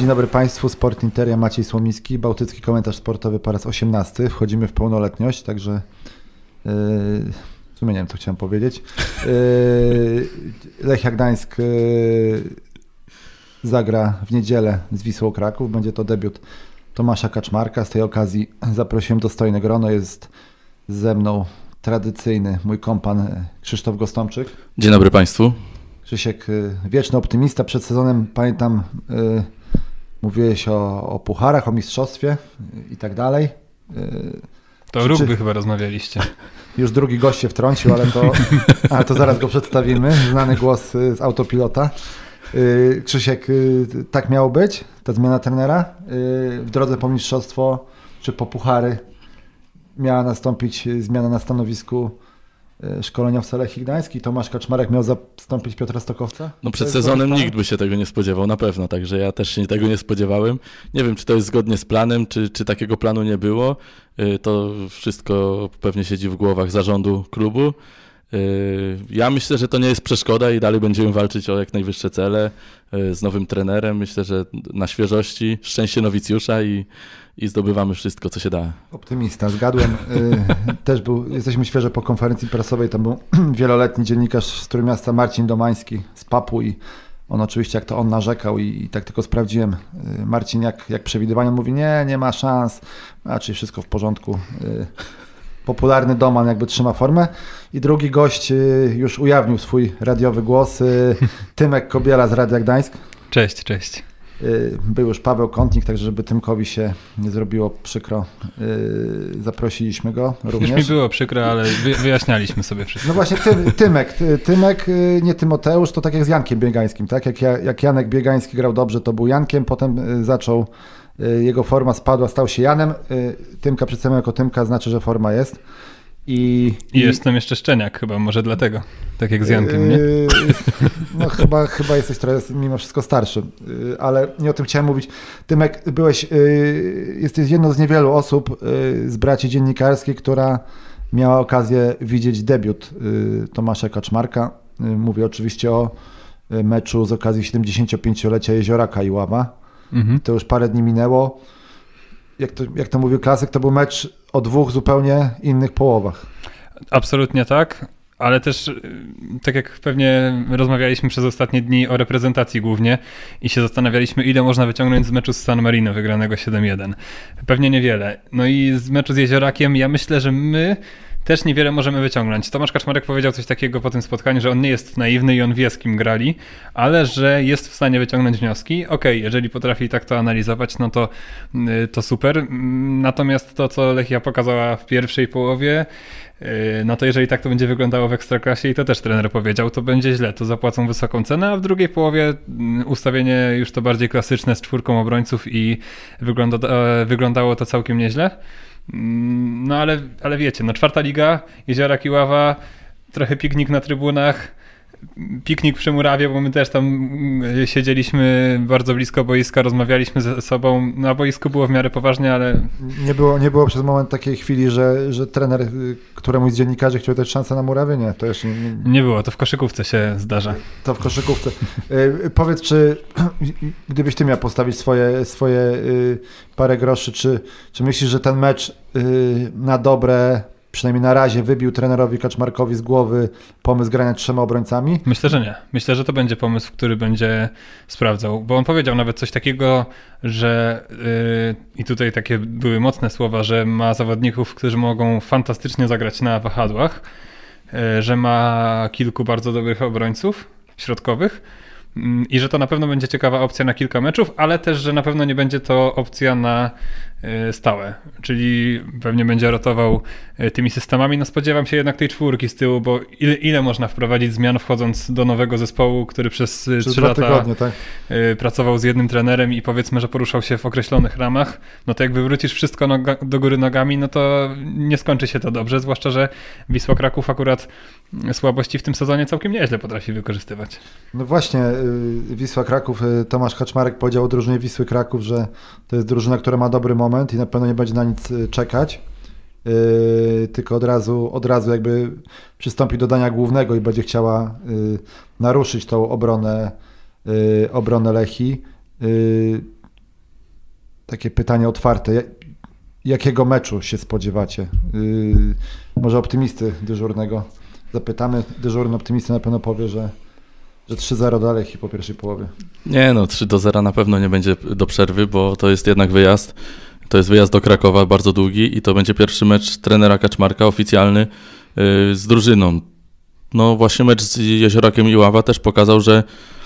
Dzień dobry Państwu, Sport Interia, Maciej Słomiński, Bałtycki Komentarz Sportowy po raz 18. Wchodzimy w pełnoletność, także w sumie nie wiem, co chciałem powiedzieć. Lechia Gdańsk zagra w niedzielę z Wisłą Kraków. Będzie to debiut Tomasza Kaczmarka. Z tej okazji zaprosiłem dostojne grono. Jest ze mną tradycyjny mój kompan Krzysztof Gostomczyk. Dzień dobry Państwu. Krzysiek, wieczny optymista. Przed sezonem, pamiętam, mówiłeś o pucharach, o mistrzostwie i tak dalej. To o rugby chyba rozmawialiście. Już drugi gość się wtrącił, ale to zaraz go przedstawimy. Znany głos z autopilota. Krzysiek, tak miało być? Ta zmiana trenera? W drodze po mistrzostwo czy po puchary miała nastąpić zmiana na stanowisku szkoleniowca Lechii Gdańsk i Tomasz Kaczmarek miał zastąpić Piotra Stokowca? No przed sezonem nikt by się tego nie spodziewał, na pewno, także ja też się tego nie spodziewałem. Nie wiem, czy to jest zgodnie z planem, czy takiego planu nie było. To wszystko pewnie siedzi w głowach zarządu klubu. Ja myślę, że to nie jest przeszkoda i dalej będziemy walczyć o jak najwyższe cele z nowym trenerem. Myślę, że na świeżości, szczęście nowicjusza i zdobywamy wszystko, co się da. Optymista, zgadłem. Też jesteśmy świeżo po konferencji prasowej, tam był wieloletni dziennikarz z Trójmiasta Marcin Domański z PAP-u i on oczywiście, jak to on narzekał i tak tylko sprawdziłem. Marcin jak przewidywanie mówi, nie ma szans, czyli wszystko w porządku. Popularny Doman jakby trzyma formę. I drugi gość już ujawnił swój radiowy głos, Tymek Kobiela z Radia Gdańsk. Cześć. Był już Paweł Kątnik, także żeby Tymkowi się nie zrobiło przykro, zaprosiliśmy go również. Już mi było przykro, ale wyjaśnialiśmy sobie wszystko. No właśnie Tymek, nie Tymoteusz, to tak jak z Jankiem Biegańskim, tak? Jak Janek Biegański grał dobrze, to był Jankiem, potem zaczął, jego forma spadła, stał się Janem. Tymka przedstawiam jako Tymka, znaczy, że forma jest. I jestem jeszcze Szczeniak chyba, może dlatego, tak jak z Jankiem, nie? No chyba jesteś trochę mimo wszystko starszy, ale nie o tym chciałem mówić. Tymek, jesteś jedną z niewielu osób z braci dziennikarskiej, która miała okazję widzieć debiut Tomasza Kaczmarka. Mówię oczywiście o meczu z okazji 75-lecia Jezioraka Iława. To już parę dni minęło. Jak to mówił klasyk, to był mecz o dwóch zupełnie innych połowach. Absolutnie tak, ale też tak jak pewnie rozmawialiśmy przez ostatnie dni o reprezentacji głównie i się zastanawialiśmy, ile można wyciągnąć z meczu z San Marino wygranego 7-1. Pewnie niewiele. No i z meczu z Jeziorakiem ja myślę, że my też niewiele możemy wyciągnąć. Tomasz Kaczmarek powiedział coś takiego po tym spotkaniu, że on nie jest naiwny i on wie, z kim grali, ale że jest w stanie wyciągnąć wnioski. Okej, jeżeli potrafi tak to analizować, no to super. Natomiast to, co Lechia pokazała w pierwszej połowie, no to jeżeli tak to będzie wyglądało w Ekstraklasie i to też trener powiedział, to będzie źle, to zapłacą wysoką cenę, a w drugiej połowie ustawienie już to bardziej klasyczne z czwórką obrońców i wyglądało to całkiem nieźle. No ale wiecie, no 4. liga, Jeziorak Iława, trochę piknik na trybunach, piknik przy murawie, bo my też tam siedzieliśmy bardzo blisko boiska, rozmawialiśmy ze sobą, na boisku było w miarę poważnie, ale... Nie było przez moment takiej chwili, że trener któremuś z dziennikarzy chciał dać szansę na murawie? Nie, to jeszcze nie było, to w koszykówce się zdarza. To w koszykówce. Powiedz, czy gdybyś ty miał postawić swoje parę groszy, czy myślisz, że ten mecz na dobre, przynajmniej na razie, wybił trenerowi Kaczmarkowi z głowy pomysł grania 3 obrońcami? Myślę, że nie. Myślę, że to będzie pomysł, który będzie sprawdzał, bo on powiedział nawet coś takiego, że i tutaj takie były mocne słowa, że ma zawodników, którzy mogą fantastycznie zagrać na wahadłach, że ma kilku bardzo dobrych obrońców środkowych i że to na pewno będzie ciekawa opcja na kilka meczów, ale też, że na pewno nie będzie to opcja na stałe, czyli pewnie będzie rotował tymi systemami. No spodziewam się jednak tej 4 z tyłu, bo ile można wprowadzić zmian wchodząc do nowego zespołu, który przez 3 lata tygodnie, tak, pracował z jednym trenerem i powiedzmy, że poruszał się w określonych ramach, no to jak wywrócisz wszystko do góry nogami, no to nie skończy się to dobrze, zwłaszcza, że Wisła Kraków akurat słabości w tym sezonie całkiem nieźle potrafi wykorzystywać. No właśnie, Wisła Kraków, Tomasz Kaczmarek powiedział o drużynie Wisły Kraków, że to jest drużyna, która ma dobry moment i na pewno nie będzie na nic czekać, tylko od razu jakby przystąpi do dania głównego i będzie chciała naruszyć tą obronę Lechii. takie pytanie otwarte. Jakiego meczu się spodziewacie? Może optymisty dyżurnego zapytamy. Dyżurny optymista na pewno powie, że 3-0 do Lechii po pierwszej połowie. Nie, 3-0 na pewno nie będzie do przerwy, bo to jest jednak wyjazd. To jest wyjazd do Krakowa bardzo długi i to będzie pierwszy mecz trenera Kaczmarka oficjalny z drużyną. No właśnie mecz z Jeziorakiem Iława też pokazał, że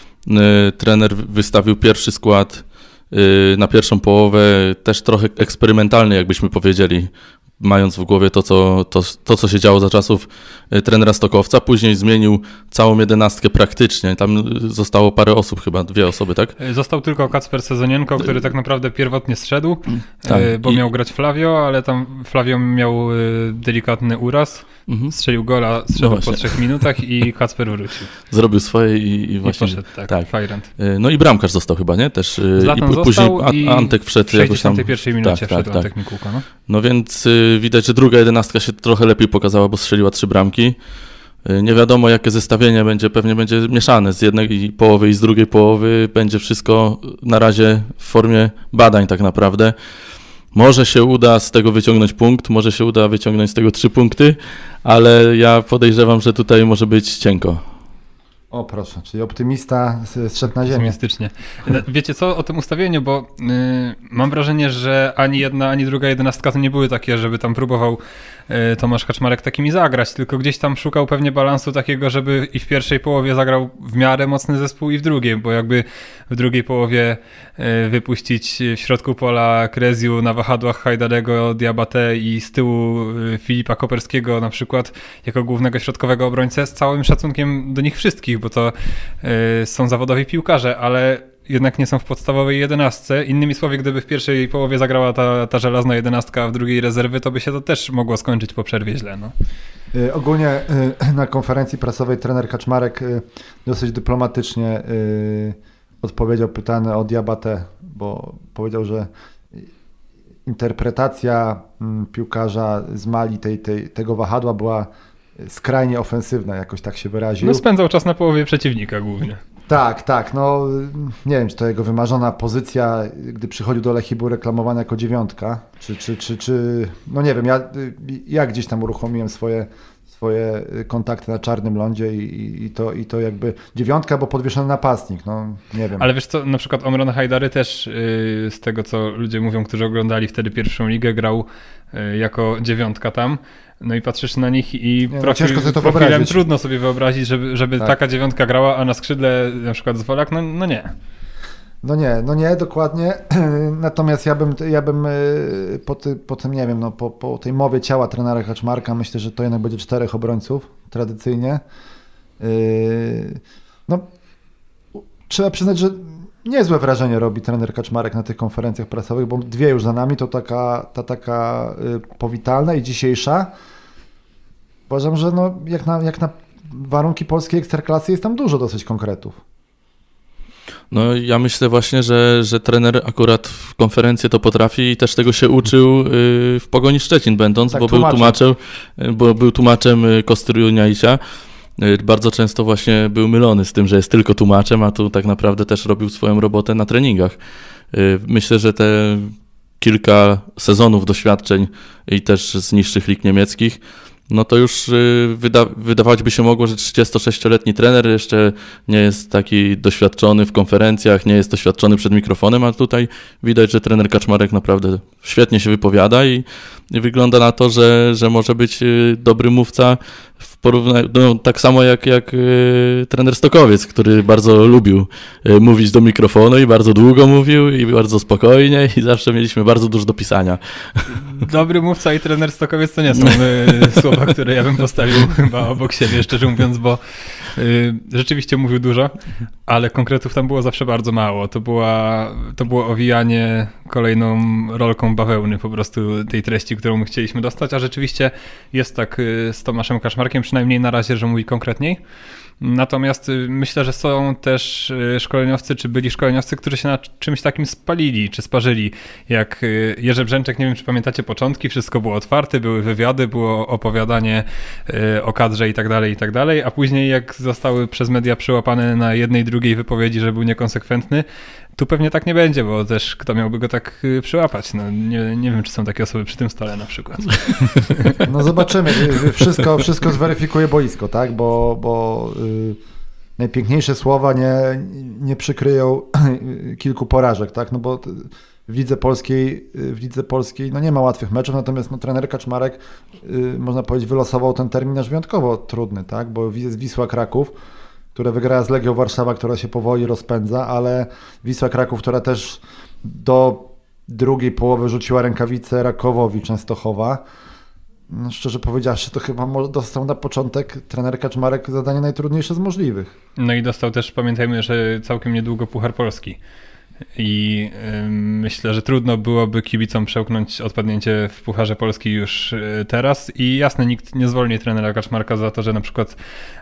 trener wystawił pierwszy skład na pierwszą połowę, też trochę eksperymentalny, jakbyśmy powiedzieli, mając w głowie to, co się działo za czasów trenera Stokowca. Później zmienił całą 11 praktycznie. Tam zostało parę osób, chyba 2 osoby, tak? Został tylko Kacper Sezonienko, który tak naprawdę pierwotnie zszedł, bo miał grać Flavio, ale tam Flavio miał delikatny uraz. Strzelił gola, zszedł po 3 minutach i Kacper wrócił. Zrobił swoje i właśnie... poszedł, tak. Fajrant. No i bramkarz został chyba, nie? Też później Antek wszedł w 61 minucie wszedł Antek Mikułka. No więc widać, że druga 11 się trochę lepiej pokazała, bo strzeliła 3 bramki. Nie wiadomo, jakie zestawienie będzie, pewnie będzie mieszane z jednej połowy i z drugiej połowy. Będzie wszystko na razie w formie badań tak naprawdę. Może się uda z tego wyciągnąć punkt, może się uda wyciągnąć z tego 3 punkty, ale ja podejrzewam, że tutaj może być cienko. O proszę, czyli optymista zszedł na ziemię. Optymistycznie. Wiecie co o tym ustawieniu, bo mam wrażenie, że ani jedna, ani druga 11 to nie były takie, żeby tam próbował Tomasz Kaczmarek takimi zagrać, tylko gdzieś tam szukał pewnie balansu takiego, żeby i w pierwszej połowie zagrał w miarę mocny zespół i w drugiej, bo jakby w drugiej połowie wypuścić w środku pola Kreziu na wahadłach Hajdarego, Diabate i z tyłu Filipa Koperskiego na przykład jako głównego środkowego obrońcę, z całym szacunkiem do nich wszystkich, bo to są zawodowi piłkarze, ale jednak nie są w podstawowej 11. Innymi słowy, gdyby w pierwszej połowie zagrała ta żelazna 11, a w drugiej rezerwy, to by się to też mogło skończyć po przerwie źle. No. Ogólnie na konferencji prasowej trener Kaczmarek dosyć dyplomatycznie odpowiedział pytany o Diabatę, bo powiedział, że interpretacja piłkarza z Mali tego wahadła była skrajnie ofensywna, jakoś tak się wyraził. No spędzał czas na połowie przeciwnika głównie. Tak, no nie wiem, czy to jego wymarzona pozycja, gdy przychodził do Lechii, był reklamowany jako 9, czy no nie wiem, ja gdzieś tam uruchomiłem swoje kontakty na Czarnym Lądzie i to jakby 9, bo podwieszony napastnik, no nie wiem. Ale wiesz co, na przykład Omran Hajdary też z tego, co ludzie mówią, którzy oglądali wtedy pierwszą ligę, grał jako 9 tam. No i patrzysz na nich i profilem trudno sobie wyobrazić, żeby tak. Taka 9 grała, a na skrzydle na przykład Zwolak, no nie. No nie, dokładnie. Natomiast ja bym po tym, nie wiem, no po tej mowie ciała trenera Kaczmarka myślę, że to jednak będzie 4 obrońców tradycyjnie. No, trzeba przyznać, że niezłe wrażenie robi trener Kaczmarek na tych konferencjach prasowych, bo 2 już za nami, to taka powitalna i dzisiejsza. Uważam, że no, jak na warunki polskiej ekstraklasy jest tam dużo dosyć konkretów. No ja myślę właśnie, że trener akurat w konferencji to potrafi i też tego się uczył w Pogoni Szczecin będąc, tak, bo był tłumaczem Kostruniaicia. Bardzo często właśnie był mylony z tym, że jest tylko tłumaczem, a tu tak naprawdę też robił swoją robotę na treningach. Myślę, że te kilka sezonów doświadczeń i też z niższych lig niemieckich, no to już wydawać by się mogło, że 36-letni trener jeszcze nie jest taki doświadczony w konferencjach, nie jest doświadczony przed mikrofonem, a tutaj widać, że trener Kaczmarek naprawdę świetnie się wypowiada i wygląda na to, że może być dobry mówca w porównaniu, no, tak samo jak trener Stokowiec, który bardzo lubił mówić do mikrofonu i bardzo długo mówił i bardzo spokojnie i zawsze mieliśmy bardzo dużo do pisania. Dobry mówca i trener Stokowiec to nie są słowa, które ja bym postawił chyba obok siebie, szczerze mówiąc, bo rzeczywiście mówił dużo, ale konkretów tam było zawsze bardzo mało. To było owijanie kolejną rolką bawełny po prostu tej treści, którą my chcieliśmy dostać, a rzeczywiście jest tak z Tomaszem Kaczmarkiem, przynajmniej na razie, że mówi konkretniej. Natomiast myślę, że są też szkoleniowcy, czy byli szkoleniowcy, którzy się na czymś takim spalili, czy sparzyli. Jak Jerzy Brzęczek, nie wiem, czy pamiętacie początki, wszystko było otwarte, były wywiady, było opowiadanie o kadrze i tak dalej, a później jak zostały przez media przyłapane na jednej, drugiej wypowiedzi, że był niekonsekwentny, tu pewnie tak nie będzie, bo też kto miałby go tak przyłapać? No, nie wiem, czy są takie osoby przy tym stole na przykład. No zobaczymy. Wszystko zweryfikuje boisko, tak? Bo najpiękniejsze słowa nie przykryją kilku porażek, tak? No bo w lidze polskiej no nie ma łatwych meczów, natomiast trener Kaczmarek, można powiedzieć, wylosował ten terminarz wyjątkowo trudny, tak? Bo jest Wisła Kraków, która wygrała z Legią Warszawa, która się powoli rozpędza, ale Wisła Kraków, która też do drugiej połowy rzuciła rękawicę Rakowowi Częstochowa. No, szczerze powiedziawszy, to chyba dostał na początek trener Kaczmarek zadanie najtrudniejsze z możliwych. No i dostał też, pamiętajmy, że całkiem niedługo Puchar Polski. I myślę, że trudno byłoby kibicom przełknąć odpadnięcie w Pucharze Polski już teraz i jasne, nikt nie zwolni trenera Kaczmarka za to, że na przykład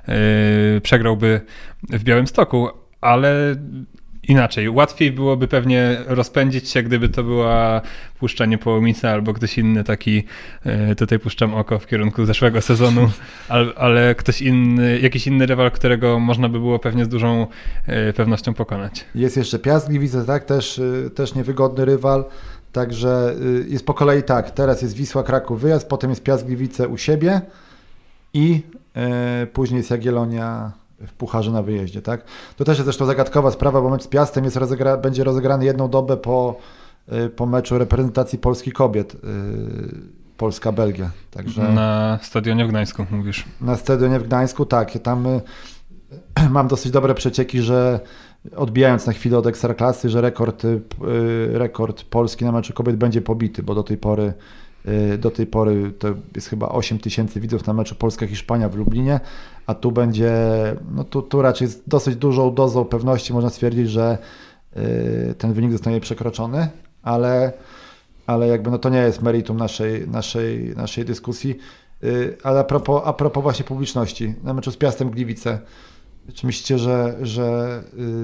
przegrałby w Białymstoku, ale inaczej, łatwiej byłoby pewnie rozpędzić się, gdyby to była Puszcza Niepołomice albo ktoś inny taki, tutaj puszczam oko w kierunku zeszłego sezonu, ale ktoś inny, jakiś inny rywal, którego można by było pewnie z dużą pewnością pokonać. Jest jeszcze Piast Gliwice, tak? Też niewygodny rywal, także jest po kolei tak, teraz jest Wisła Kraków wyjazd, potem jest Piast Gliwice u siebie i później jest Jagiellonia w Pucharze na wyjeździe, tak? To też jest zresztą zagadkowa sprawa, bo mecz z Piastem będzie rozegrany jedną dobę po meczu reprezentacji Polski kobiet, Polska-Belgia. Także na stadionie w Gdańsku mówisz. Na stadionie w Gdańsku, tak. Tam mam dosyć dobre przecieki, że odbijając na chwilę od Ekstraklasy, że rekord Polski na meczu kobiet będzie pobity, bo do tej pory to jest chyba 8 000 widzów na meczu Polska-Hiszpania w Lublinie, a tu będzie, no tu raczej z dosyć dużą dozą pewności można stwierdzić, że ten wynik zostanie przekroczony, ale jakby no to nie jest meritum naszej dyskusji. Ale a propos właśnie publiczności, na meczu z Piastem Gliwice, czy myślicie, że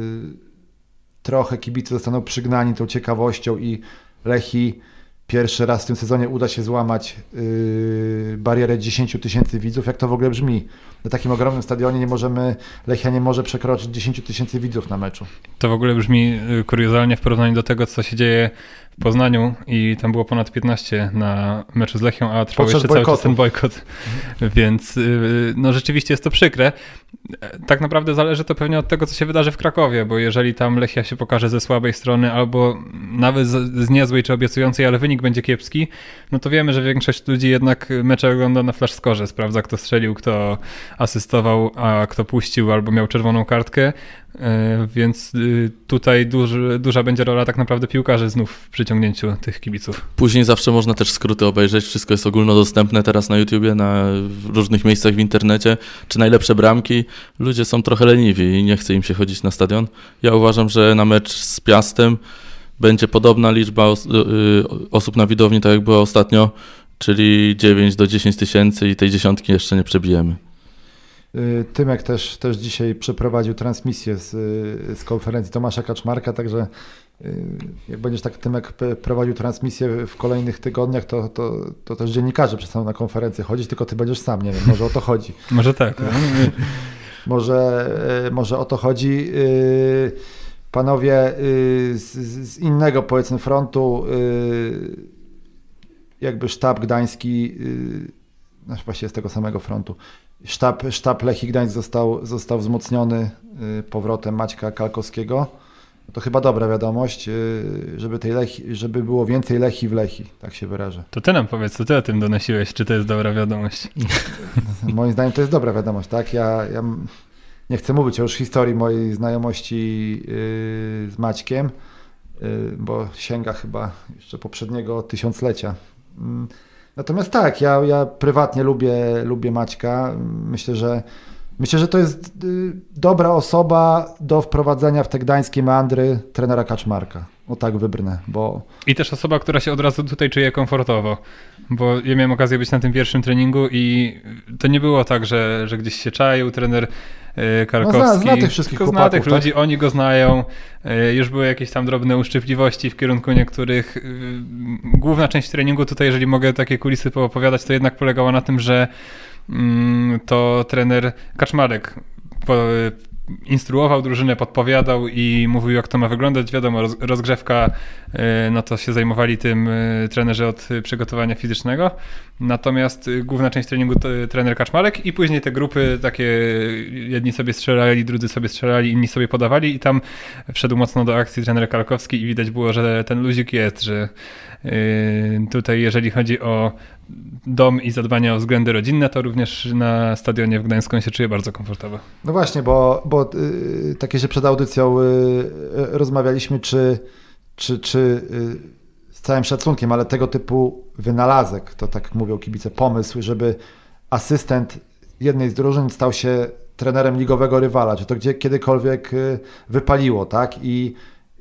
trochę kibice zostaną przygnani tą ciekawością i Lechii pierwszy raz w tym sezonie uda się złamać barierę 10 000 widzów? Jak to w ogóle brzmi? Na takim ogromnym stadionie Lechia nie może przekroczyć 10 000 widzów na meczu. To w ogóle brzmi kuriozalnie w porównaniu do tego, co się dzieje w Poznaniu i tam było ponad 15 na meczu z Lechią, a trwał jeszcze cały czas ten bojkot. Więc no rzeczywiście jest to przykre. Tak naprawdę zależy to pewnie od tego, co się wydarzy w Krakowie, bo jeżeli tam Lechia się pokaże ze słabej strony albo nawet z niezłej czy obiecującej, ale wynik będzie kiepski, no to wiemy, że większość ludzi jednak mecze ogląda na flash scorze, sprawdza kto strzelił, kto asystował, a kto puścił albo miał czerwoną kartkę, więc tutaj duża będzie rola tak naprawdę piłkarzy znów w przyciągnięciu tych kibiców. Później zawsze można też skróty obejrzeć, wszystko jest ogólnodostępne teraz na YouTubie, w różnych miejscach w internecie, czy najlepsze bramki. Ludzie są trochę leniwi i nie chce im się chodzić na stadion. Ja uważam, że na mecz z Piastem będzie podobna liczba osób na widowni, tak jak była ostatnio, czyli 9 do 10 tysięcy i tej 10 jeszcze nie przebijemy. Tymek też dzisiaj przeprowadził transmisję z konferencji Tomasza Kaczmarka, także jak będziesz tak, Tymek, prowadził transmisję w kolejnych tygodniach, to też dziennikarze przestaną na konferencję chodzić, tylko ty będziesz sam, nie wiem, może o to chodzi. Może tak. Może o to chodzi. Panowie, z innego, powiedzmy, frontu, jakby sztab gdański, właściwie z tego samego frontu, sztab Lechii Gdańsk został wzmocniony powrotem Maćka Kalkowskiego. To chyba dobra wiadomość, żeby było więcej Lechii w Lechii, tak się wyrażę. To ty nam powiedz, co ty o tym donosiłeś, czy to jest dobra wiadomość? Moim zdaniem to jest dobra wiadomość, tak? Ja nie chcę mówić o już historii mojej znajomości z Maćkiem, bo sięga chyba jeszcze poprzedniego tysiąclecia. Natomiast tak, ja prywatnie lubię Maćka. Myślę, że to jest dobra osoba do wprowadzenia w te gdańskie meandry trenera Kaczmarka. O tak wybrnę, bo... I też osoba, która się od razu tutaj czuje komfortowo, bo ja miałem okazję być na tym pierwszym treningu i to nie było tak, że gdzieś się czaił trener, Karkowski. Zna tych wszystkich chłopaków, zna tych ludzi, oni go znają. Już były jakieś tam drobne uszczypliwości w kierunku niektórych. Główna część treningu tutaj, jeżeli mogę takie kulisy poopowiadać, to jednak polegała na tym, że to trener Kaczmarek instruował drużynę, podpowiadał i mówił, jak to ma wyglądać. Wiadomo, rozgrzewka, no to się zajmowali tym trenerzy od przygotowania fizycznego. Natomiast główna część treningu to trener Kaczmarek i później te grupy takie, jedni sobie strzelali, drudzy sobie strzelali, inni sobie podawali i tam wszedł mocno do akcji trener Kalkowski i widać było, że ten luzik jest, że tutaj jeżeli chodzi o dom i zadbanie o względy rodzinne, to również na stadionie w Gdańsku on się czuje bardzo komfortowo. No właśnie, bo takie, że przed audycją rozmawialiśmy, czy z całym szacunkiem, ale tego typu wynalazek, to tak mówią kibice, pomysł, żeby asystent jednej z drużyn stał się trenerem ligowego rywala, czy to kiedykolwiek wypaliło, tak? I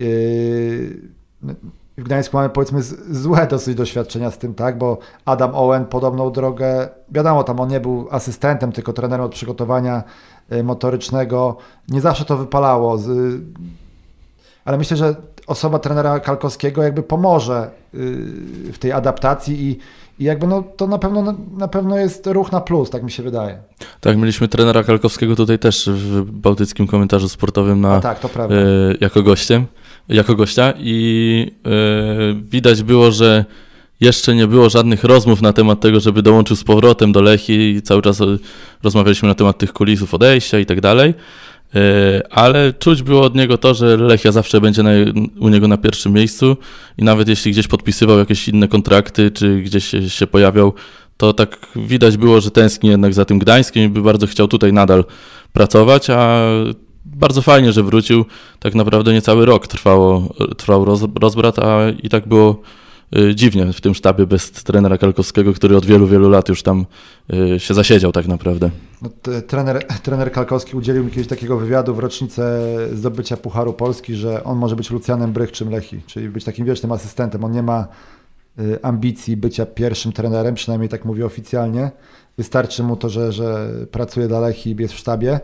w Gdańsku mamy, powiedzmy, złe dosyć doświadczenia z tym, tak, bo Adam Owen podobną drogę, wiadomo, tam on nie był asystentem, tylko trenerem od przygotowania motorycznego, nie zawsze to wypalało, ale myślę, że osoba trenera Kalkowskiego jakby pomoże w tej adaptacji i jakby no to na pewno jest ruch na plus, tak mi się wydaje. Tak, mieliśmy trenera Kalkowskiego tutaj też w Bałtyckim Komentarzu Sportowym tak, to prawda. jako gościa i widać było, że jeszcze nie było żadnych rozmów na temat tego, żeby dołączył z powrotem do Lechii i cały czas rozmawialiśmy na temat tych kulisów odejścia i tak dalej, ale czuć było od niego to, że Lechia zawsze będzie u niego na pierwszym miejscu i nawet jeśli gdzieś podpisywał jakieś inne kontrakty, czy gdzieś się pojawiał, to tak widać było, że tęskni jednak za tym Gdańskiem i by bardzo chciał tutaj nadal pracować, a bardzo fajnie, że wrócił. Tak naprawdę niecały rok trwał rozbrat, a i tak było dziwnie w tym sztabie bez trenera Kalkowskiego, który od wielu, wielu lat już tam się zasiedział tak naprawdę. No, trener Kalkowski udzielił mi kiedyś takiego wywiadu w rocznicę zdobycia Pucharu Polski, że on może być Lucjanem Brychczym Lechii, czyli być takim wiecznym asystentem. On nie ma ambicji bycia pierwszym trenerem, przynajmniej tak mówi oficjalnie. Wystarczy mu to, że pracuje dla Lechii i jest w sztabie.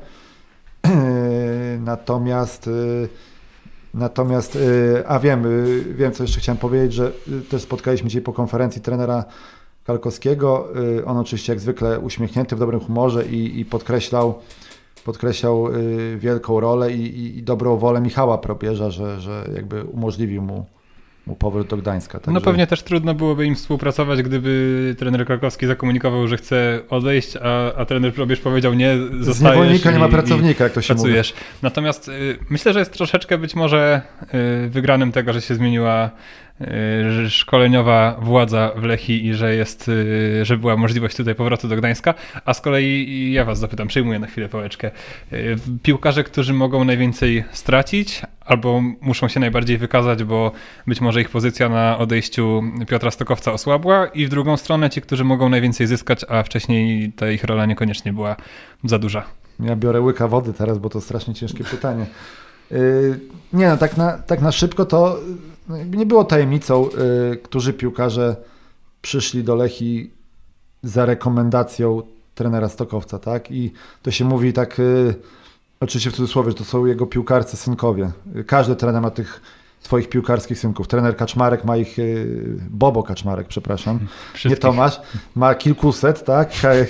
Natomiast wiem, co jeszcze chciałem powiedzieć, że też spotkaliśmy dzisiaj po konferencji trenera Kalkowskiego. On oczywiście jak zwykle uśmiechnięty, w dobrym humorze i podkreślał wielką rolę i dobrą wolę Michała Probierza, że jakby umożliwił mu powrót do Gdańska. Także... No pewnie też trudno byłoby im współpracować, gdyby trener Krakowski zakomunikował, że chce odejść, a trener Probierz powiedział nie, zostajesz. Z niewolnika nie ma pracownika, jak to się pracujesz. mówi. Natomiast myślę, że jest troszeczkę być może wygranym tego, że się zmieniła szkoleniowa władza w Lechii i że była możliwość tutaj powrotu do Gdańska, a z kolei ja was zapytam, przejmuję na chwilę pałeczkę. Piłkarze, którzy mogą najwięcej stracić albo muszą się najbardziej wykazać, bo być może ich pozycja na odejściu Piotra Stokowca osłabła i w drugą stronę ci, którzy mogą najwięcej zyskać, a wcześniej ta ich rola niekoniecznie była za duża. Ja biorę łyka wody teraz, bo to strasznie ciężkie pytanie. Nie no, tak na szybko to nie było tajemnicą, którzy piłkarze przyszli do Lechii za rekomendacją trenera Stokowca, tak? I to się mówi tak, oczywiście w cudzysłowie, że to są jego piłkarscy synkowie. Każdy trener ma tych swoich piłkarskich synków. Trener Kaczmarek ma ich, Bobo Kaczmarek, przepraszam, nie Tomasz, ma kilkuset, tak?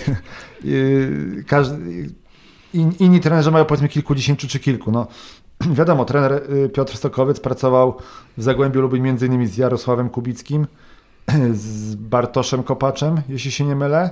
Inni trenerzy mają powiedzmy kilkudziesięciu czy kilku, no. Wiadomo, trener Piotr Stokowiec pracował w Zagłębiu Lubin między innymi z Jarosławem Kubickim, z Bartoszem Kopaczem, jeśli się nie mylę.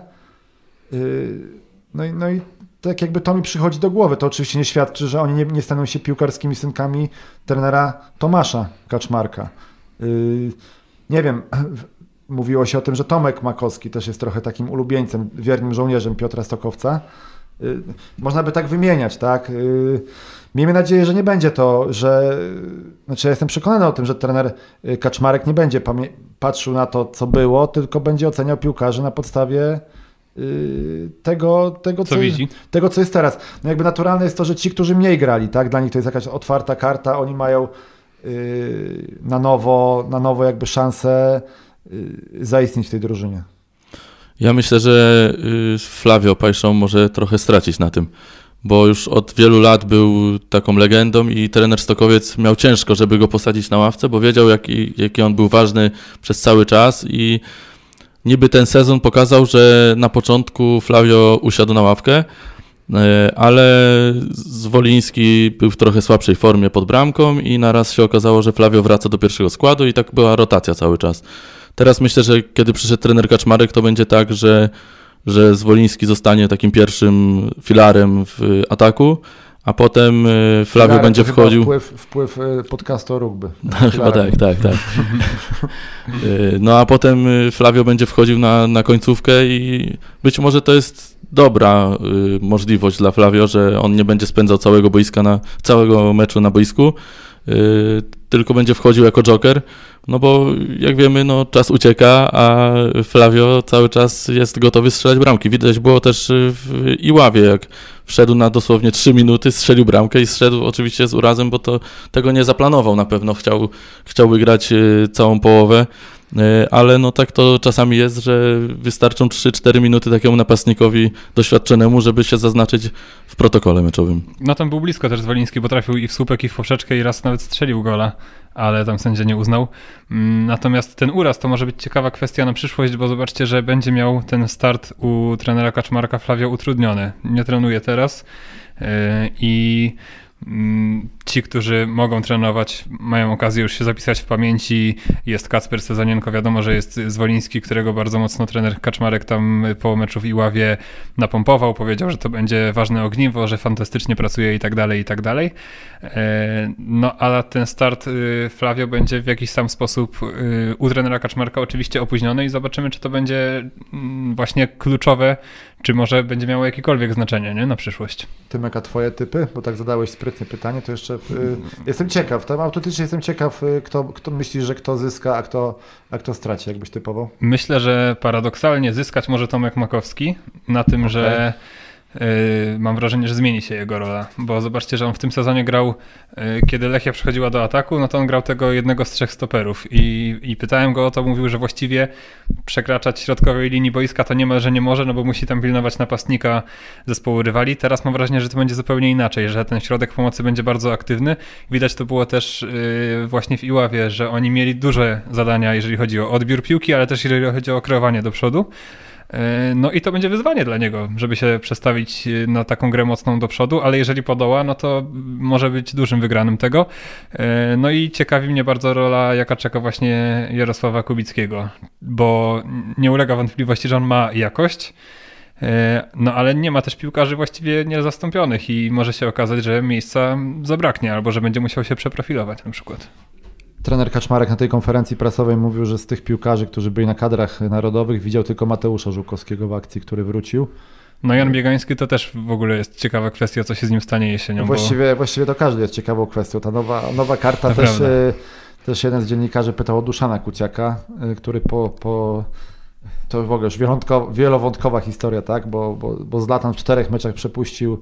No i tak jakby to mi przychodzi do głowy. To oczywiście nie świadczy, że oni nie staną się piłkarskimi synkami trenera Tomasza Kaczmarka. Nie wiem, mówiło się o tym, że Tomek Makowski też jest trochę takim ulubieńcem, wiernym żołnierzem Piotra Stokowca. Można by tak wymieniać, tak? Miejmy nadzieję, że nie będzie to, ja jestem przekonany o tym, że trener Kaczmarek nie będzie patrzył na to, co było, tylko będzie oceniał piłkarzy na podstawie tego, co jest teraz. No jakby naturalne jest to, że ci, którzy mniej grali, tak? Dla nich to jest jakaś otwarta karta, oni mają na nowo jakby szansę zaistnieć w tej drużynie. Ja myślę, że Flavio Pajszą może trochę stracić na tym, bo już od wielu lat był taką legendą i trener Stokowiec miał ciężko, żeby go posadzić na ławce, bo wiedział, jaki on był ważny przez cały czas i niby ten sezon pokazał, że na początku Flavio usiadł na ławkę, ale Zwoliński był w trochę słabszej formie pod bramką i naraz się okazało, że Flavio wraca do pierwszego składu i tak była rotacja cały czas. Teraz myślę, że kiedy przyszedł trener Kaczmarek, to będzie tak, że Zwoliński zostanie takim pierwszym filarem w ataku, a potem Flavio będzie wchodził... Wpływ podcastu o rugby. Chyba tak. No a potem Flavio będzie wchodził na końcówkę i być może to jest dobra możliwość dla Flavio, że on nie będzie spędzał całego meczu na boisku, tylko będzie wchodził jako joker, no bo jak wiemy, no czas ucieka, a Flavio cały czas jest gotowy strzelać bramki. Widać było też w Iławie, jak wszedł na dosłownie 3 minuty, strzelił bramkę i zszedł oczywiście z urazem, bo tego nie zaplanował na pewno, chciał wygrać całą połowę, ale no tak to czasami jest, że wystarczą 3-4 minuty takiemu napastnikowi doświadczonemu, żeby się zaznaczyć w protokole meczowym. No tam był blisko też Zwoliński, bo trafił i w słupek, i w poprzeczkę i raz nawet strzelił gola, ale tam sędzia nie uznał. Natomiast ten uraz to może być ciekawa kwestia na przyszłość, bo zobaczcie, że będzie miał ten start u trenera Kaczmarka Flavio utrudniony. Nie trenuje teraz i ci, którzy mogą trenować, mają okazję już się zapisać w pamięci. Jest Kacper Sezonienko, wiadomo, że jest Zwoliński, którego bardzo mocno trener Kaczmarek tam po meczu w Iławie napompował, powiedział, że to będzie ważne ogniwo, że fantastycznie pracuje i tak dalej. No ale ten start Flavio będzie w jakiś sam sposób u trenera Kaczmarka oczywiście opóźniony i zobaczymy, czy to będzie właśnie kluczowe, czy może będzie miało jakiekolwiek znaczenie, nie, na przyszłość. Tymek, a twoje typy? Bo tak zadałeś sprytne pytanie, to jeszcze jestem ciekaw, autentycznie jestem ciekaw, kto myślisz, że kto zyska, a kto straci, jakbyś typował? Myślę, że paradoksalnie zyskać może Tomek Makowski na tym, że mam wrażenie, że zmieni się jego rola, bo zobaczcie, że on w tym sezonie grał, kiedy Lechia przechodziła do ataku, no to on grał tego jednego z 3 stoperów i pytałem go o to, mówił, że właściwie przekraczać środkowej linii boiska to niemal, że nie może, no bo musi tam pilnować napastnika zespołu rywali. Teraz mam wrażenie, że to będzie zupełnie inaczej, że ten środek pomocy będzie bardzo aktywny. Widać to było też właśnie w Iławie, że oni mieli duże zadania, jeżeli chodzi o odbiór piłki, ale też jeżeli chodzi o kreowanie do przodu. No i to będzie wyzwanie dla niego, żeby się przestawić na taką grę mocną do przodu, ale jeżeli podoła, no to może być dużym wygranym tego. No i ciekawi mnie bardzo rola, jaka czeka właśnie Jarosława Kubickiego, bo nie ulega wątpliwości, że on ma jakość, no ale nie ma też piłkarzy właściwie niezastąpionych i może się okazać, że miejsca zabraknie albo że będzie musiał się przeprofilować na przykład. Trener Kaczmarek na tej konferencji prasowej mówił, że z tych piłkarzy, którzy byli na kadrach narodowych, widział tylko Mateusza Żółkowskiego w akcji, który wrócił. No Jan Biegański to też w ogóle jest ciekawa kwestia, co się z nim stanie jesienią. Właściwie to każdy jest ciekawą kwestią. Ta nowa karta też jeden z dziennikarzy pytał o Duszana Kuciaka, który to w ogóle już wielowątkowa historia, tak? Bo Zlatan w 4 meczach przepuścił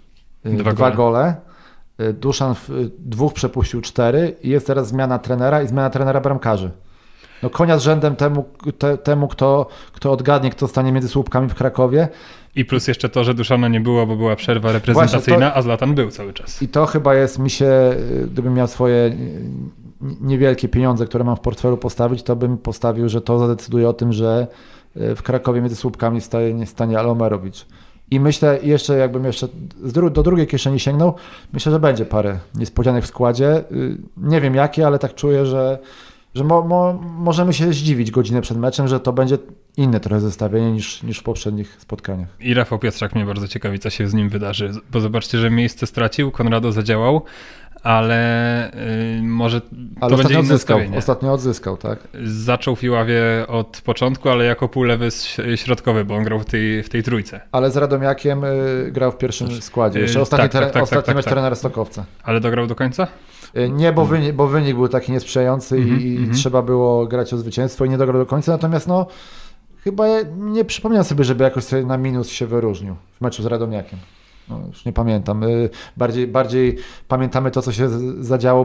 2 gole. Duszan w 2 przepuścił 4 i jest teraz zmiana trenera bramkarzy. No konia z rzędem temu kto odgadnie, kto stanie między słupkami w Krakowie. I plus jeszcze to, że Duszana nie było, bo była przerwa reprezentacyjna, a Zlatan był cały czas. I to chyba jest gdybym miał swoje niewielkie pieniądze, które mam w portfelu postawić, to bym postawił, że to zadecyduje o tym, że w Krakowie między słupkami stanie Alomerowicz. I myślę, jakbym do drugiej kieszeni sięgnął, myślę, że będzie parę niespodzianek w składzie. Nie wiem jakie, ale tak czuję, że możemy się zdziwić godzinę przed meczem, że to będzie inne trochę zestawienie niż w poprzednich spotkaniach. I Rafał Pietrzak mnie bardzo ciekawi, co się z nim wydarzy, bo zobaczcie, że miejsce stracił, Konrado zadziałał, ale może to będzie inne zestawienie. Ostatnio odzyskał, tak? Zaczął w Iławie od początku, ale jako półlewy środkowy, bo on grał w tej trójce. Ale z Radomiakiem grał w pierwszym składzie. Jeszcze ostatni mecz trenera Stokowca. Ale dograł do końca? Nie, bo wynik był taki niesprzyjający i trzeba było grać o zwycięstwo i nie dograł do końca, natomiast chyba nie przypominam sobie, żeby jakoś sobie na minus się wyróżnił w meczu z Radomiakiem. Już nie pamiętam. Bardziej pamiętamy to, co się zadziało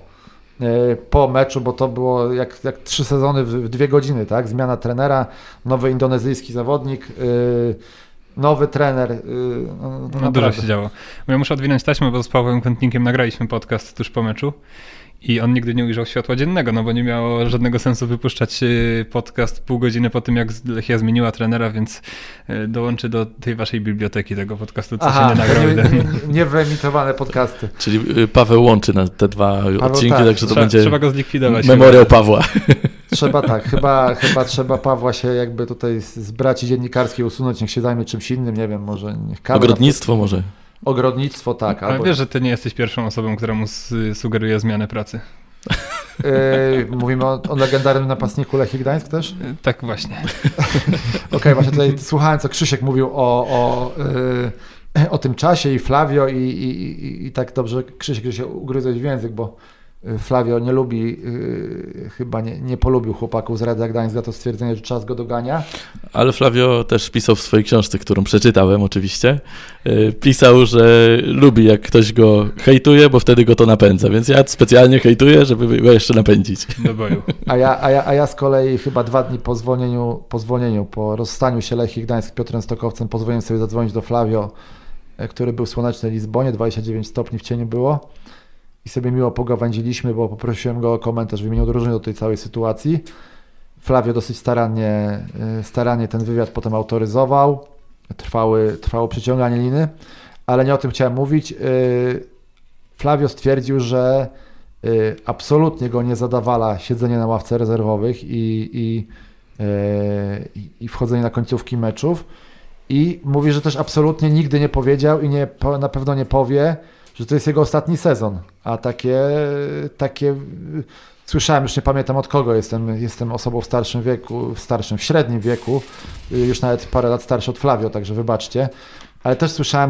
po meczu, bo to było jak 3 sezony w 2 godziny, tak? Zmiana trenera, nowy indonezyjski zawodnik, nowy trener. No dużo się działo. Ja muszę odwinąć taśmę, bo z Pawłem Kętnikiem nagraliśmy podcast tuż po meczu i on nigdy nie ujrzał światła dziennego, no bo nie miało żadnego sensu wypuszczać podcast pół godziny po tym, jak Lechia zmieniła trenera, więc dołączy do tej waszej biblioteki tego podcastu, co się nie nagrał. Niewyemitowane podcasty. Czyli Paweł łączy na te dwa odcinki, tak. także to będzie trzeba go zlikwidować. Memoriał Pawła. Trzeba tak, chyba trzeba Pawła się jakby tutaj z braci dziennikarskiej usunąć, niech się zajmie czymś innym, nie wiem, może niech Ogrodnictwo może. Ogrodnictwo, tak. Ale wiesz, że ty nie jesteś pierwszą osobą, która mu sugeruje zmianę pracy. Mówimy o legendarnym napastniku Lechii Gdańsk też? Tak właśnie. Okej, właśnie tutaj słuchałem, co Krzysiek mówił o tym czasie i Flavio i tak dobrze, Krzysiek, że się ugryzłeś w język, bo Flavio nie lubi, chyba nie polubił chłopaków z Radia Gdańsk za to stwierdzenie, że czas go dogania. Ale Flavio też pisał w swojej książce, którą przeczytałem oczywiście, pisał, że lubi jak ktoś go hejtuje, bo wtedy go to napędza, więc ja specjalnie hejtuję, żeby go jeszcze napędzić. Do boju. A ja z kolei chyba 2 dni po zwolnieniu, po rozstaniu się Lechii Gdańsk z Piotrem Stokowcem pozwoliłem sobie zadzwonić do Flavio, który był w słonecznej Lizbonie, 29 stopni w cieniu było. I sobie miło pogawędziliśmy, bo poprosiłem go o komentarz w imieniu drużyny do tej całej sytuacji. Flavio dosyć starannie ten wywiad potem autoryzował. Trwało przeciąganie liny, ale nie o tym chciałem mówić. Flavio stwierdził, że absolutnie go nie zadawala siedzenie na ławce rezerwowych i wchodzenie na końcówki meczów. I mówi, że też absolutnie nigdy nie powiedział i na pewno nie powie, że to jest jego ostatni sezon, a takie słyszałem, już nie pamiętam od kogo, jestem osobą w w średnim wieku, już nawet parę lat starszy od Flavio, także wybaczcie, ale też słyszałem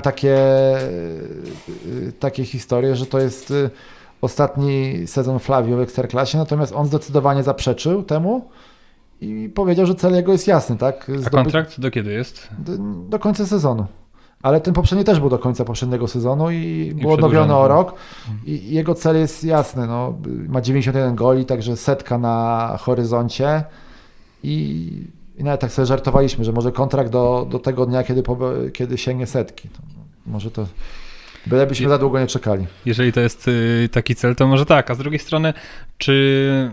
takie historie, że to jest ostatni sezon Flavio w Ekstraklasie, natomiast on zdecydowanie zaprzeczył temu i powiedział, że cel jego jest jasny, tak? A kontrakt do kiedy jest? Do końca sezonu. Ale ten poprzedni też był do końca poprzedniego sezonu i był odnowiony o rok. I jego cel jest jasny. No, ma 91 goli, także 100 na horyzoncie. I nawet tak sobie żartowaliśmy, że może kontrakt do tego dnia, kiedy sięgnie 100. Może to bylebyśmy za długo nie czekali. Jeżeli to jest taki cel, to może tak. A z drugiej strony, czy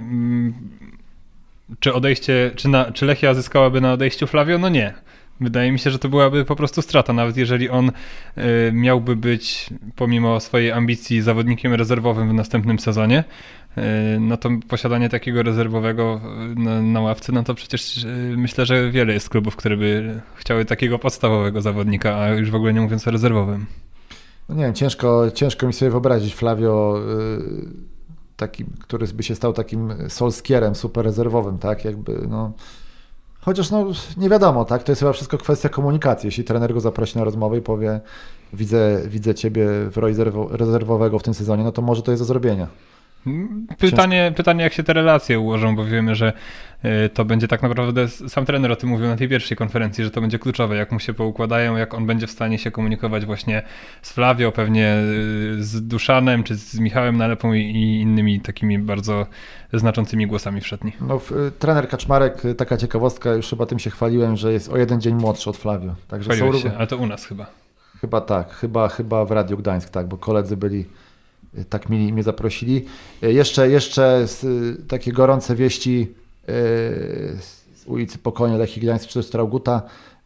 odejście, czy Lechia zyskałaby na odejściu Flavio? No nie. Wydaje mi się, że to byłaby po prostu strata, nawet jeżeli on miałby być pomimo swojej ambicji zawodnikiem rezerwowym w następnym sezonie, no to posiadanie takiego rezerwowego na ławce, no to przecież myślę, że wiele jest klubów, które by chciały takiego podstawowego zawodnika, a już w ogóle nie mówiąc o rezerwowym. No nie wiem, ciężko mi sobie wyobrazić Flavio taki, który by się stał takim Solskierem super rezerwowym, tak, jakby no. Chociaż no nie wiadomo, tak? To jest chyba wszystko kwestia komunikacji. Jeśli trener go zaprosi na rozmowę i powie widzę ciebie w roli rezerwowego w tym sezonie, no to może to jest do zrobienia. Pytanie, jak się te relacje ułożą, bo wiemy, że to będzie tak naprawdę, sam trener o tym mówił na tej pierwszej konferencji, że to będzie kluczowe, jak mu się poukładają, jak on będzie w stanie się komunikować właśnie z Flavio, pewnie z Duszanem, czy z Michałem Nalepą i innymi takimi bardzo znaczącymi głosami w szatni. No, trener Kaczmarek, taka ciekawostka, już chyba tym się chwaliłem, że jest o 1 dzień młodszy od Flavio. Także chwaliłeś się, ale to u nas chyba. Chyba tak, chyba w Radiu Gdańsk, tak, bo koledzy byli tak mili mnie zaprosili. Jeszcze takie gorące wieści z ulicy Pokonie Lechii Gdańsk czy Strauguta.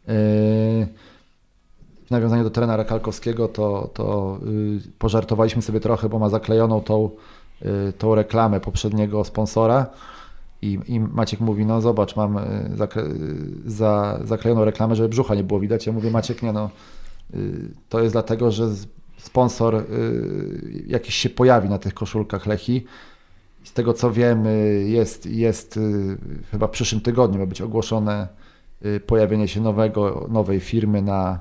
W nawiązaniu do trenera Kalkowskiego to pożartowaliśmy sobie trochę, bo ma zaklejoną tą reklamę poprzedniego sponsora i Maciek mówi, no zobacz, mam zaklejoną reklamę, żeby brzucha nie było widać. Ja mówię, Maciek, nie no, to jest dlatego, że sponsor jakiś się pojawi na tych koszulkach Lechii. Z tego co wiem, jest chyba w przyszłym tygodniu ma być ogłoszone pojawienie się nowej firmy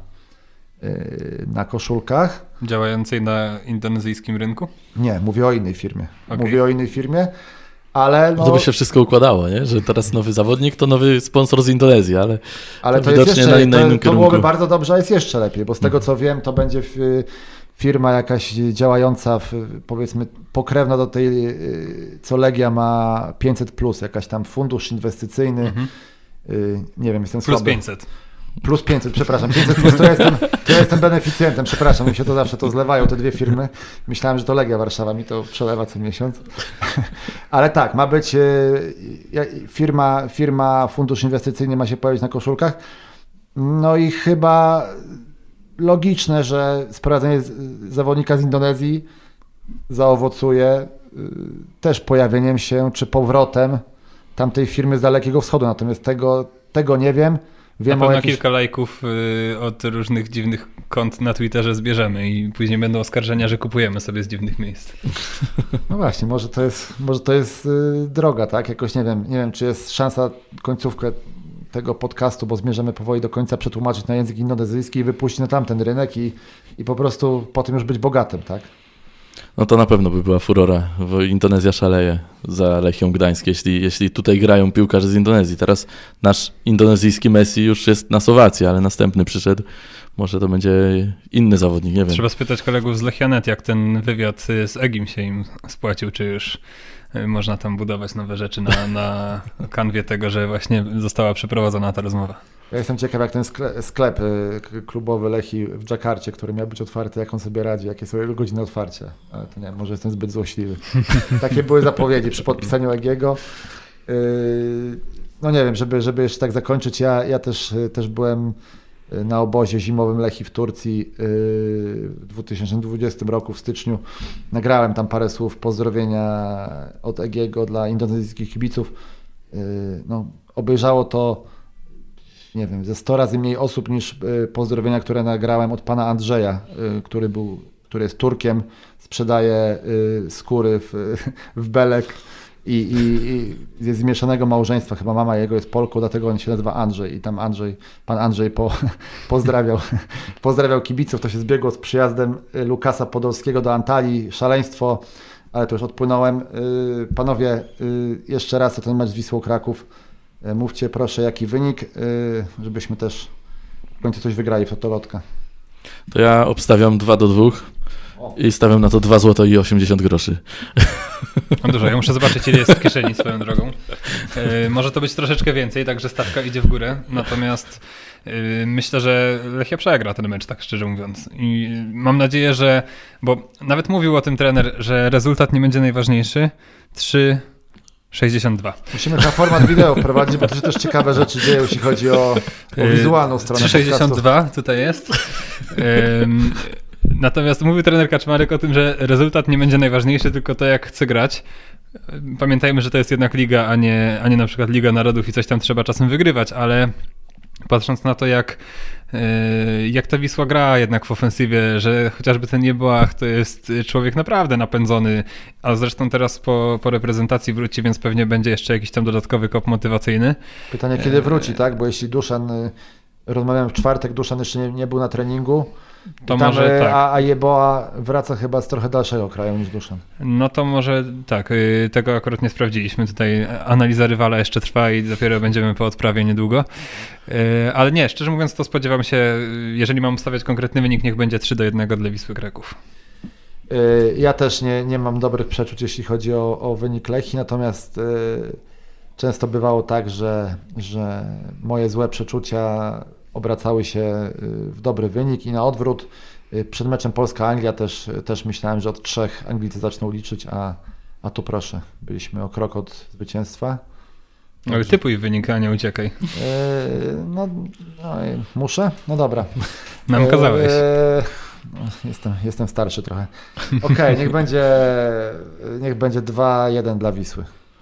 na koszulkach. Działającej na indonezyjskim rynku? Nie, mówię o innej firmie. Okay. Ale no, to by się wszystko układało, nie? Że teraz nowy zawodnik to nowy sponsor z Indonezji, ale to jest widocznie jeszcze, na innym kierunku. To byłoby bardzo dobrze, a jest jeszcze lepiej, bo z tego co wiem, to będzie firma jakaś działająca, powiedzmy pokrewna do tej, co Legia ma 500+, jakaś tam fundusz inwestycyjny, nie wiem, jestem plus słaby. 500. Plus 500, przepraszam. 500 plus to ja jestem beneficjentem, przepraszam, mi się to zawsze to zlewają te dwie firmy. Myślałem, że to Legia Warszawa mi to przelewa co miesiąc. Ale tak, ma być firma, fundusz inwestycyjny ma się pojawić na koszulkach. No i chyba logiczne, że sprowadzenie zawodnika z Indonezji zaowocuje też pojawieniem się czy powrotem tamtej firmy z Dalekiego Wschodu. Natomiast tego nie wiem. Na pewno kilka lajków od różnych dziwnych kont na Twitterze zbierzemy i później będą oskarżenia, że kupujemy sobie z dziwnych miejsc. No właśnie, może to jest droga, tak? Jakoś nie wiem, czy jest szansa końcówkę tego podcastu, bo zmierzamy powoli do końca, przetłumaczyć na język indonezyjski i wypuścić na tamten rynek i po prostu potem już być bogatym, tak? No to na pewno by była furora, bo Indonezja szaleje za Lechią Gdańsk, jeśli tutaj grają piłkarze z Indonezji. Teraz nasz indonezyjski Messi już jest na Słowacji, ale następny przyszedł. Może to będzie inny zawodnik, nie wiem. Trzeba spytać kolegów z Lechia.net, jak ten wywiad z Egim się im spłacił, czy już można tam budować nowe rzeczy na kanwie tego, że właśnie została przeprowadzona ta rozmowa. Ja jestem ciekaw, jak ten sklep klubowy Lechii w Dżakarcie, który miał być otwarty, jak on sobie radzi, jakie są jego godziny otwarcia. Ale to nie wiem, może jestem zbyt złośliwy. Takie były zapowiedzi przy podpisaniu Egiego. No nie wiem, żeby jeszcze tak zakończyć, ja też byłem na obozie zimowym Lechii w Turcji w 2020 roku w styczniu. Nagrałem tam parę słów pozdrowienia od Egiego dla indonezyjskich kibiców. No, obejrzało to, nie wiem, ze 100 razy mniej osób niż pozdrowienia, które nagrałem od pana Andrzeja, który jest Turkiem, sprzedaje skóry w Belek i jest z mieszanego małżeństwa. Chyba mama jego jest Polką, dlatego on się nazywa Andrzej i tam pan Andrzej pozdrawiał kibiców. To się zbiegło z przyjazdem Lukasa Podolskiego do Antalii. Szaleństwo, ale to już odpłynąłem. Panowie, jeszcze raz o ten mecz z Wisłą Kraków. Mówcie proszę, jaki wynik, żebyśmy też w końcu coś wygrali w Totolotka. To ja obstawiam 2-2 i stawiam na to 2 zł i 80 groszy. No dużo, ja muszę zobaczyć, ile jest w kieszeni swoją drogą. Może to być troszeczkę więcej, także stawka idzie w górę, natomiast myślę, że Lechia przegra ten mecz, tak szczerze mówiąc. I mam nadzieję, że, bo nawet mówił o tym trener, że rezultat nie będzie najważniejszy. 3,62. Musimy na format wideo wprowadzić, bo to się też ciekawe rzeczy dzieją, jeśli chodzi o wizualną stronę 3,62 tutaj jest. Natomiast mówił trener Kaczmarek o tym, że rezultat nie będzie najważniejszy, tylko to, jak chce grać. Pamiętajmy, że to jest jednak liga, a nie na przykład Liga Narodów i coś tam trzeba czasem wygrywać, ale patrząc na to, jak ta Wisła gra jednak w ofensywie, że chociażby ten Jeboach to jest człowiek naprawdę napędzony, a zresztą teraz po reprezentacji wróci, więc pewnie będzie jeszcze jakiś tam dodatkowy kop motywacyjny. Pytanie, kiedy wróci, tak? Bo jeśli Duszan, rozmawiałem w czwartek, Duszan jeszcze nie był na treningu, to tam, może tak. A Jeboa wraca chyba z trochę dalszego kraju niż Duszan. No to może tak, tego akurat nie sprawdziliśmy. Tutaj analiza rywala jeszcze trwa i dopiero będziemy po odprawie niedługo. Ale nie, szczerze mówiąc to spodziewam się, jeżeli mam ustawiać konkretny wynik, niech będzie 3-1 dla Wisły Kraków. Ja też nie mam dobrych przeczuć, jeśli chodzi o wynik Lechii, natomiast często bywało tak, że moje złe przeczucia obracały się w dobry wynik i na odwrót. Przed meczem Polska-Anglia też myślałem, że od 3 Anglicy zaczną liczyć, a tu proszę, byliśmy o krok od zwycięstwa. Ale typuj wynik, a nie uciekaj. No, muszę? No dobra. Nam kazałeś. Jestem starszy trochę. Okej, niech będzie 2-1 dla Wisły.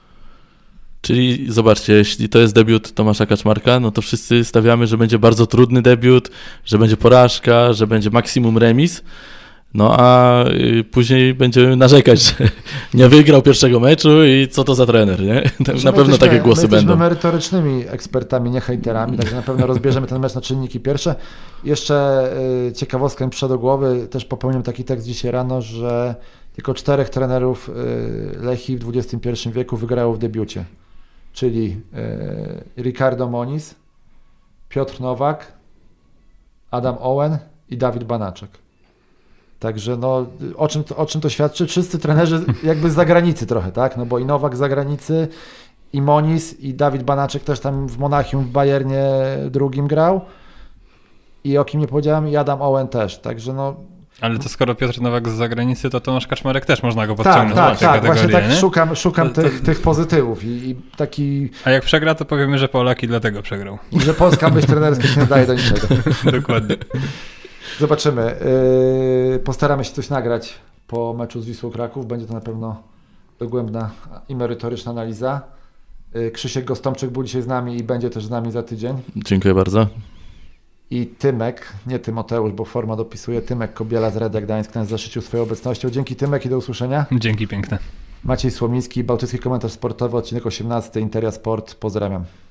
Czyli zobaczcie, jeśli to jest debiut Tomasza Kaczmarka, no to wszyscy stawiamy, że będzie bardzo trudny debiut, że będzie porażka, że będzie maksimum remis, no a później będziemy narzekać, że nie wygrał pierwszego meczu i co to za trener, nie? Na pewno takie głosy będą. Jesteśmy merytorycznymi ekspertami, nie hejterami, także na pewno rozbierzemy ten mecz na czynniki pierwsze. Jeszcze ciekawostka mi przyszła do głowy, też popełniłem taki tekst dzisiaj rano, że tylko 4 trenerów Lechii w XXI wieku wygrało w debiucie. Czyli Ricardo Moniz, Piotr Nowak, Adam Owen i Dawid Banaczek. Także no, o czym to świadczy? Wszyscy trenerzy jakby z zagranicy trochę, tak? No bo i Nowak z zagranicy, i Moniz, i Dawid Banaczek też tam w Monachium, w Bayernie drugim grał. i o kim nie powiedziałem, i Adam Owen też, także no... Ale to skoro Piotr Nowak z zagranicy, to Tomasz Kaczmarek też można go podciągnąć do tej tak, kategorii, właśnie tak nie? szukam tych pozytywów i taki... A jak przegra, to powiemy, że Polak i dlatego przegrał. I że polska myśl trenerska się nie daje do niczego. Dokładnie. Zobaczymy. Postaramy się coś nagrać po meczu z Wisłą Kraków. Będzie to na pewno dogłębna i merytoryczna analiza. Krzysiek Gostomczyk był dzisiaj z nami i będzie też z nami za tydzień. Dziękuję bardzo. I Tymek, nie Tymoteusz, bo forma dopisuje, Tymek Kobiela z Radia Gdańsk nas zaszczycił swoją obecnością. Dzięki Tymek i do usłyszenia. Dzięki piękne. Maciej Słomiński, Bałtycki Komentarz Sportowy, odcinek 18, Interia Sport. Pozdrawiam.